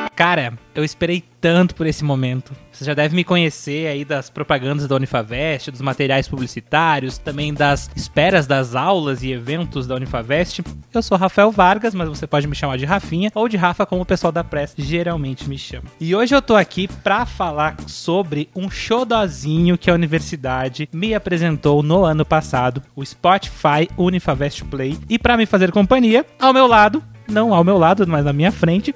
Cara, eu esperei tanto por esse momento. Você já deve me conhecer aí das propagandas da Unifavest, dos materiais publicitários, também das esperas das aulas e eventos da Unifavest. Eu sou Rafael Vargas, mas você pode me chamar de Rafinha ou de Rafa, como o pessoal da Press geralmente me chama. E hoje eu tô aqui pra falar sobre um xodozinho que a universidade me apresentou no ano passado, o Spotify Unifavest Play. E pra me fazer companhia, ao meu lado, não ao meu lado, mas na minha frente,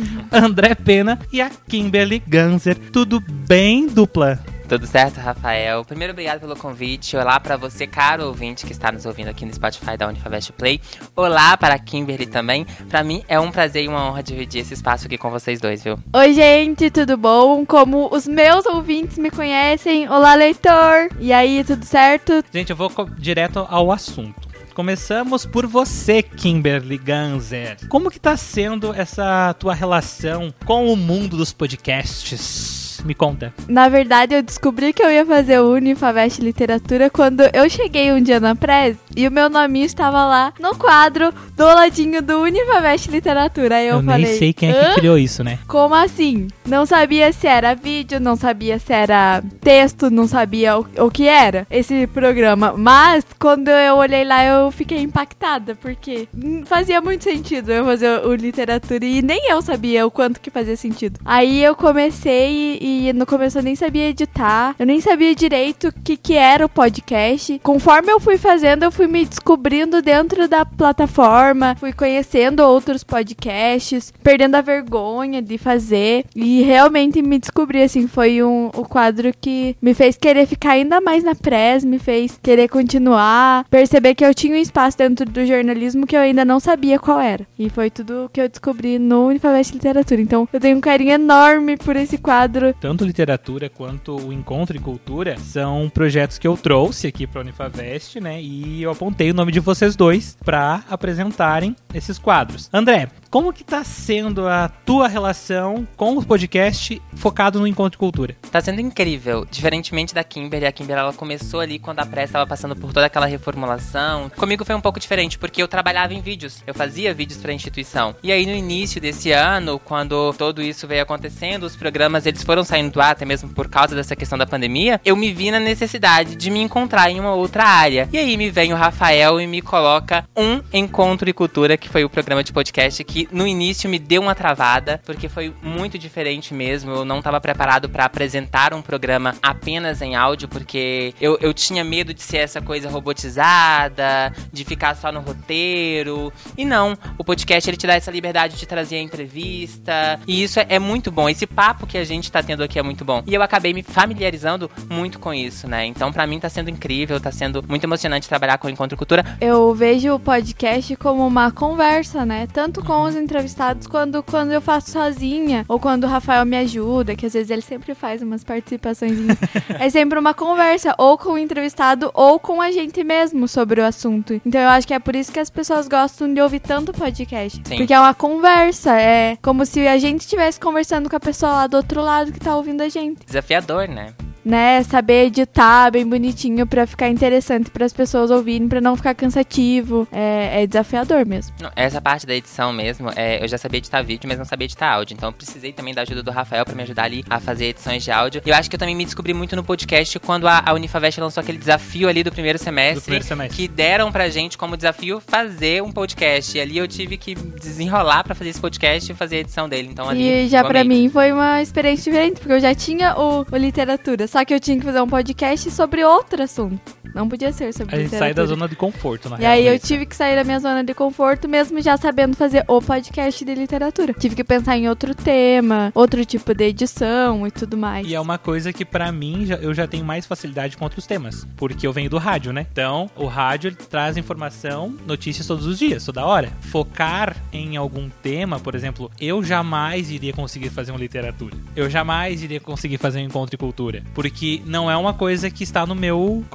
André Pena e a Kimberly Ganser. Tudo bem, dupla? Tudo certo, Rafael. Primeiro, obrigado pelo convite. Olá para você, caro ouvinte que está nos ouvindo aqui no Spotify da Unifavest Play. Olá para a Kimberly também. Para mim é um prazer e uma honra dividir esse espaço aqui com vocês dois, viu? Oi, gente, tudo bom? Como os meus ouvintes me conhecem, olá, leitor. E aí, tudo certo? Gente, eu vou direto ao assunto. Começamos por você, Kimberly Ganser. Como que tá sendo essa tua relação com o mundo dos podcasts? Me conta. Na verdade, eu descobri que eu ia fazer o Unifavest Literatura quando eu cheguei um dia na Press e o meu nominho estava lá no quadro do ladinho do Unifavest Literatura. Aí eu falei, nem sei quem é que criou isso, né? Como assim? Não sabia se era vídeo, não sabia se era texto, não sabia o que era esse programa. Mas, quando eu olhei lá, eu fiquei impactada, porque fazia muito sentido eu fazer o Literatura e nem eu sabia o quanto que fazia sentido. Aí eu comecei e no começo eu nem sabia editar, eu nem sabia direito o que era o podcast. Conforme eu fui fazendo, eu fui me descobrindo dentro da plataforma, fui conhecendo outros podcasts, perdendo a vergonha de fazer e realmente me descobri, assim, foi o quadro que me fez querer ficar ainda mais na Press, me fez querer continuar, perceber que eu tinha um espaço dentro do jornalismo que eu ainda não sabia qual era. E foi tudo que eu descobri no Unifavest Literatura. Então eu tenho um carinho enorme por esse quadro. Tanto literatura quanto o Encontro e Cultura são projetos que eu trouxe aqui para a Unifavest, né? E eu apontei o nome de vocês dois para apresentarem esses quadros. André, como que tá sendo a tua relação com o podcast focado no Encontro e Cultura? Tá sendo incrível. Diferentemente da Kimberly, a Kimberly ela começou ali quando a Press estava passando por toda aquela reformulação. Comigo foi um pouco diferente, porque eu trabalhava em vídeos. Eu fazia vídeos para a instituição. E aí no início desse ano, quando tudo isso veio acontecendo, os programas eles foram saindo do ar, até mesmo por causa dessa questão da pandemia, eu me vi na necessidade de me encontrar em uma outra área. E aí me vem o Rafael e me coloca um Encontro e Cultura, que foi o programa de podcast que no início me deu uma travada, porque foi muito diferente mesmo. Eu não estava preparado para apresentar um programa apenas em áudio, porque eu tinha medo de ser essa coisa robotizada, de ficar só no roteiro. E não, o podcast ele te dá essa liberdade de trazer a entrevista, e isso é muito bom. Esse papo que a gente tá tendo aqui é muito bom. E eu acabei me familiarizando muito com isso, né? Então, pra mim, tá sendo incrível, tá sendo muito emocionante trabalhar com o Encontro e Cultura. Eu vejo o podcast como uma conversa, né? Tanto com os entrevistados quando eu faço sozinha, ou quando o Rafael me ajuda, que às vezes ele sempre faz umas participações. É sempre uma conversa, ou com o entrevistado, ou com a gente mesmo sobre o assunto. Então, eu acho que é por isso que as pessoas gostam de ouvir tanto podcast. Sim. Porque é uma conversa, é como se a gente estivesse conversando com a pessoa lá do outro lado que tá ouvindo a gente. Desafiador, né? Saber editar bem bonitinho pra ficar interessante pras pessoas ouvirem, pra não ficar cansativo. É desafiador mesmo. Não, essa parte da edição mesmo, eu já sabia editar vídeo, mas não sabia editar áudio. Então eu precisei também da ajuda do Rafael pra me ajudar ali a fazer edições de áudio. E eu acho que eu também me descobri muito no podcast quando a Unifavest lançou aquele desafio ali do primeiro semestre. Que deram pra gente como desafio fazer um podcast. E ali eu tive que desenrolar pra fazer esse podcast e fazer a edição dele. Então ali. E já pra mim foi uma experiência diferente, porque eu já tinha o Literatura. Só que eu tinha que fazer um podcast sobre outro assunto. Não podia ser sobre literatura. A gente sai da zona de conforto, na real. E aí eu tive que sair da minha zona de conforto, mesmo já sabendo fazer o podcast de literatura. Tive que pensar em outro tema, outro tipo de edição e tudo mais. E é uma coisa que pra mim, eu já tenho mais facilidade com outros temas. Porque eu venho do rádio, né? Então, o rádio ele traz informação, notícias todos os dias, toda hora. Focar em algum tema, por exemplo, eu jamais iria conseguir fazer uma literatura. Eu jamais iria conseguir fazer um Encontro e Cultura. Porque não é uma coisa que está no meu cotidiano.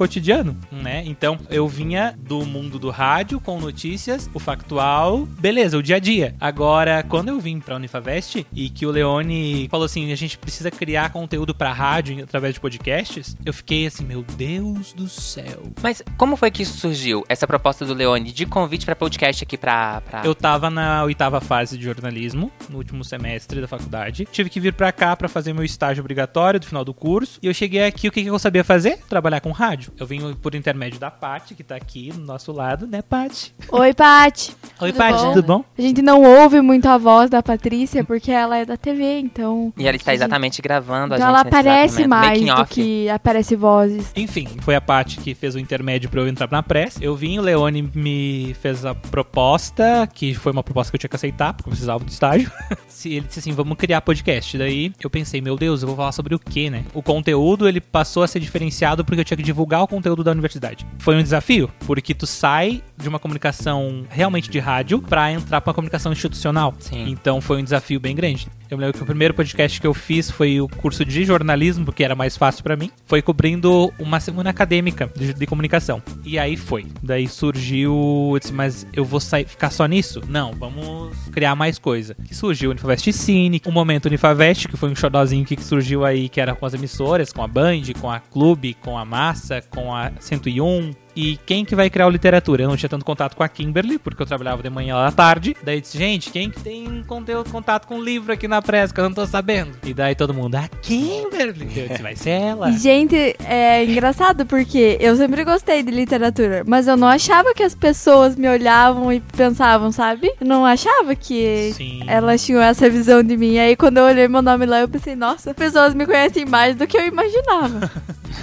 jornalismo, né? Então, eu vinha do mundo do rádio com notícias, o factual, beleza, o dia a dia. Agora, quando eu vim pra Unifavest e que o Leone falou assim, a gente precisa criar conteúdo pra rádio através de podcasts, eu fiquei assim, meu Deus do céu. Mas como foi que isso surgiu, essa proposta do Leone de convite pra podcast aqui pra... Eu tava na 8ª fase de jornalismo, no último semestre da faculdade. Tive que vir pra cá pra fazer meu estágio obrigatório do final do curso. E eu cheguei aqui, o que eu sabia fazer? Trabalhar com rádio. Eu vim por intermédio da Paty, que tá aqui do nosso lado, né, Paty? Oi, Paty. Oi, Paty, tudo bom? A gente não ouve muito a voz da Patrícia, porque ela é da TV, então... E ela está exatamente gravando então a gente ela aparece mais do off. que aparece vozes. Enfim, foi a Paty que fez o intermédio pra eu entrar na press. Eu vim, o Leone me fez a proposta, que foi uma proposta que eu tinha que aceitar, porque eu precisava do estágio. Ele disse assim, vamos criar podcast. Daí eu pensei, meu Deus, eu vou falar sobre o quê, né? O conteúdo, ele passou a ser diferenciado porque eu tinha que divulgar o conteúdo da universidade. Foi um desafio, porque tu sai de uma comunicação realmente de rádio pra entrar pra uma comunicação institucional. Sim. Então foi um desafio bem grande. Eu me lembro que o primeiro podcast que eu fiz foi o curso de jornalismo, porque era mais fácil pra mim. Foi cobrindo uma semana acadêmica de comunicação. E aí foi. Daí surgiu... Eu disse, mas eu vou ficar só nisso? Não, vamos criar mais coisa. Que surgiu o Unifavest Cine, o Momento Unifavest, que foi um xodózinho que surgiu aí, que era com as emissoras, com a Band, com a Clube, com a Massa, com a 101... E quem que vai criar o Literatura? Eu não tinha tanto contato com a Kimberly, porque eu trabalhava de manhã lá à tarde. Daí eu disse, gente, quem que tem contato com livro aqui na press, que eu não tô sabendo? E daí todo mundo, a Kimberly. Eu disse, vai ser ela. Gente, é engraçado porque eu sempre gostei de literatura, mas eu não achava que as pessoas me olhavam e pensavam, sabe? Eu não achava que elas tinham essa visão de mim. Aí quando eu olhei meu nome lá, eu pensei, nossa, as pessoas me conhecem mais do que eu imaginava.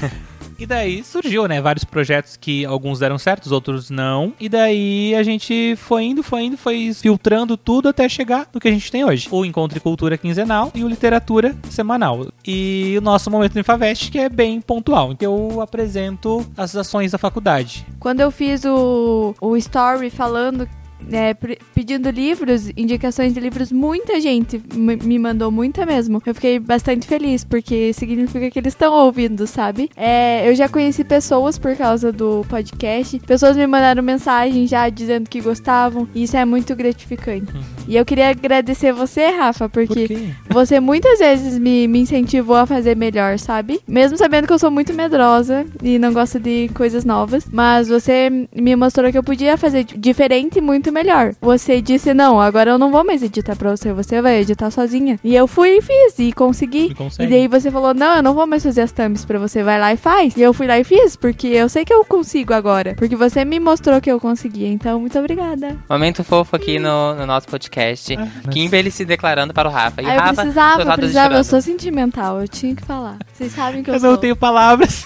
E daí surgiu, né, vários projetos que alguns deram certo, os outros não. E daí a gente foi filtrando tudo até chegar no que a gente tem hoje. O Encontro e Cultura quinzenal e o Literatura semanal. E o nosso Momento Unifavest, que é bem pontual. Então eu apresento as ações da faculdade. Quando eu fiz o story falando... pedindo livros, indicações de livros, muita gente me mandou, muita mesmo. Eu fiquei bastante feliz, porque significa que eles estão ouvindo, sabe? Eu já conheci pessoas por causa do podcast, pessoas me mandaram mensagem já dizendo que gostavam, e isso é muito gratificante. E eu queria agradecer você, Rafa, porque você muitas vezes me incentivou a fazer melhor, sabe? Mesmo sabendo que eu sou muito medrosa e não gosto de coisas novas, mas você me mostrou que eu podia fazer diferente e muito melhor. Você disse, não, agora eu não vou mais editar pra você, você vai editar sozinha. E eu fui e fiz, e consegui. E daí você falou, não, eu não vou mais fazer as thumbs pra você, vai lá e faz. E eu fui lá e fiz, porque eu sei que eu consigo agora. Porque você me mostrou que eu conseguia, então muito obrigada. Momento fofo aqui no nosso podcast. Kimberly se declarando para o Rafa. E o eu Rafa, precisava, eu sou sentimental, eu tinha que falar. Vocês sabem que eu sou. Eu não tenho palavras.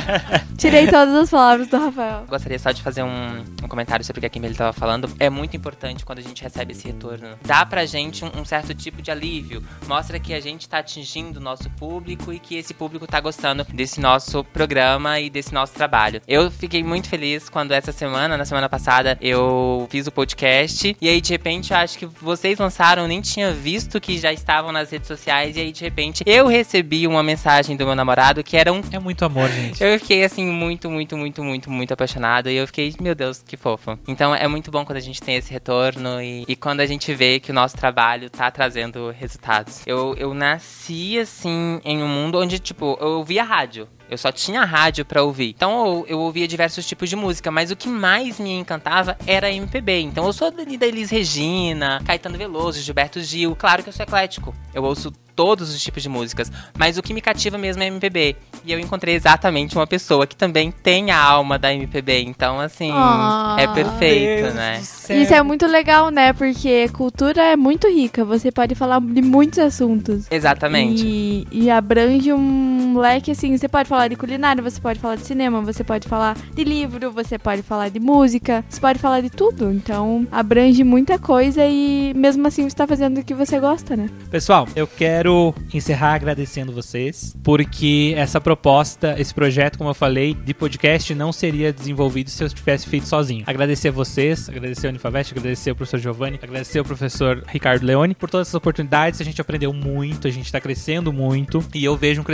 Tirei todas as palavras do Rafael. Gostaria só de fazer um comentário sobre o que a Kimberly estava falando. É muito importante quando a gente recebe esse retorno. Dá pra gente um certo tipo de alívio. Mostra que a gente tá atingindo o nosso público e que esse público tá gostando desse nosso programa e desse nosso trabalho. Eu fiquei muito feliz quando na semana passada, eu fiz o podcast. E aí, de repente, eu acho que vocês lançaram, eu nem tinha visto que já estavam nas redes sociais. E aí, de repente, eu recebi uma mensagem do meu namorado que era É muito amor, gente. Eu fiquei, assim, muito apaixonado. E eu fiquei, meu Deus, que fofo. Então, é muito bom quando a gente tem esse retorno e quando a gente vê que o nosso trabalho tá trazendo resultados. Eu nasci, assim, em um mundo onde, tipo, eu ouvia rádio. Eu só tinha rádio pra ouvir. Então eu ouvia diversos tipos de música, mas o que mais me encantava era a MPB. Então eu sou da Elis Regina, Caetano Veloso, Gilberto Gil. Claro que eu sou eclético. Eu ouço todos os tipos de músicas, mas o que me cativa mesmo é a MPB. E eu encontrei exatamente uma pessoa que também tem a alma da MPB. Então, assim, é perfeito, Deus, né? Isso é muito legal, né? Porque cultura é muito rica. Você pode falar de muitos assuntos. Exatamente. E abrange um leque, assim. Você pode falar de culinária, você pode falar de cinema, você pode falar de livro, você pode falar de música, você pode falar de tudo. Então, abrange muita coisa e mesmo assim você tá fazendo o que você gosta, né? Pessoal, eu quero encerrar agradecendo vocês, porque essa proposta, esse projeto, como eu falei, de podcast não seria desenvolvido se eu tivesse feito sozinho. Agradecer a vocês, agradecer a Unifavest, agradecer ao professor Giovanni, agradecer ao professor Ricardo Leone por todas essas oportunidades. A gente aprendeu muito, a gente tá crescendo muito e eu vejo um crescimento em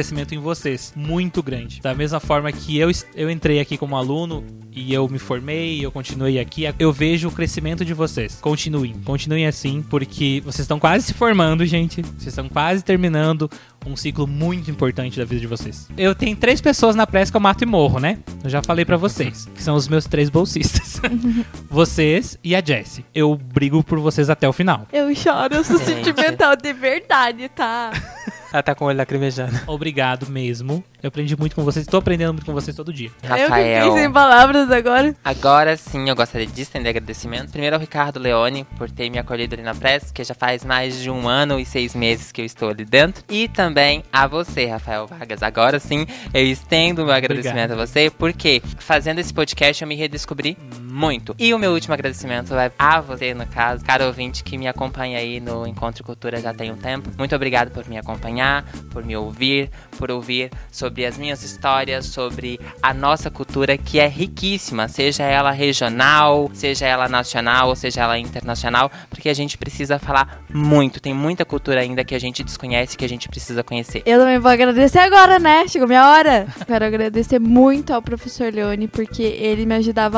vocês muito grande. Da mesma forma que eu entrei aqui como aluno e eu me formei, eu continuei aqui, eu vejo o crescimento de vocês. Continuem assim, porque vocês estão quase se formando, gente. Vocês estão quase terminando um ciclo muito importante da vida de vocês. Eu tenho 3 pessoas na pressa que eu mato e morro, né? Eu já falei pra vocês, que são os meus 3 bolsistas. Vocês e a Jessie. Eu brigo por vocês até o final. Eu choro, eu sou sentimental de verdade, tá? Ela tá com o olho lacrimejando. Obrigado mesmo. Eu aprendi muito com vocês. Tô aprendendo muito com vocês todo dia. Eu fiquei sem palavras agora. Agora sim, eu gostaria de estender agradecimentos. Primeiro ao Ricardo Leone, por ter me acolhido ali na Press, que já faz mais de 1 ano e 6 meses que eu estou ali dentro. E também a você, Rafael Vargas. Agora sim, eu estendo o meu agradecimento a você, porque fazendo esse podcast eu me redescobri muito. E o meu último agradecimento é a você, no caso, caro ouvinte que me acompanha aí no Encontro Cultura já tem um tempo. Muito obrigado por me acompanhar, por me ouvir, por ouvir sobre as minhas histórias, sobre a nossa cultura, que é riquíssima, seja ela regional, seja ela nacional, ou seja ela internacional, porque a gente precisa falar muito, tem muita cultura ainda que a gente desconhece, que a gente precisa conhecer. Eu também vou agradecer agora, né? Chegou minha hora. Quero agradecer muito ao professor Leone, porque ele me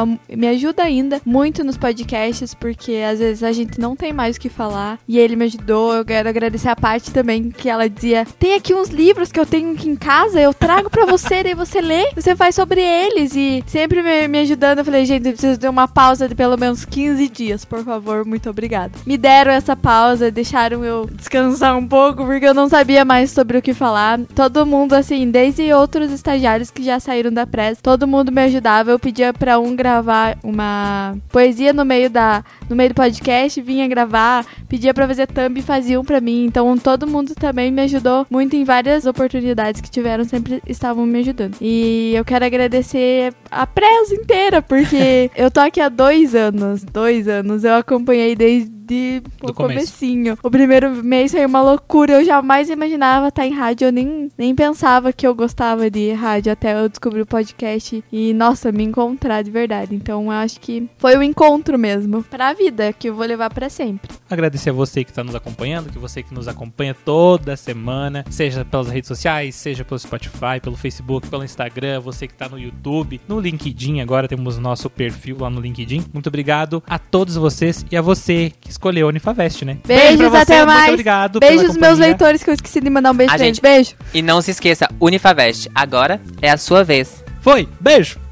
ajuda ainda muito nos podcasts, porque às vezes a gente não tem mais o que falar, e ele me ajudou. Eu quero agradecer a Paty também, que ela dizia, tem aqui uns livros que eu tenho aqui em casa, eu trago pra você, daí você lê, você faz sobre eles, e sempre me ajudando. Eu falei, gente, eu preciso de uma pausa de pelo menos 15 dias, por favor, muito obrigada. Me deram essa pausa, deixaram eu descansar um pouco, porque eu não sabia mais sobre o que falar. Todo mundo, assim, desde outros estagiários que já saíram da Press, todo mundo me ajudava. Eu pedia pra um gravar uma poesia no meio do podcast, vinha gravar, pedia pra fazer thumb e faziam pra mim. Então todo mundo também me ajudou muito em várias oportunidades que tiveram, sempre estavam me ajudando. E eu quero agradecer a Press inteira, porque eu tô aqui há 2 anos. 2 anos, eu acompanhei desde o comecinho. O primeiro mês foi uma loucura, eu jamais imaginava estar em rádio, eu nem pensava que eu gostava de rádio até eu descobri o podcast e, nossa, me encontrar de verdade. Então eu acho que foi um encontro mesmo pra vida, que eu vou levar pra sempre. Agradecer a você que tá nos acompanhando, que você que nos acompanha toda semana, seja pelas redes sociais, seja pelo Spotify, pelo Facebook, pelo Instagram, você que tá no YouTube, no LinkedIn, agora temos o nosso perfil lá no LinkedIn. Muito obrigado a todos vocês e a você que escolheu a Unifavest, né? Beijos, pra você, até mais. Muito obrigado. Beijos meus leitores, que eu esqueci de mandar um beijo pra eles. Beijo. E não se esqueça, Unifavest, agora é a sua vez. Foi, beijo.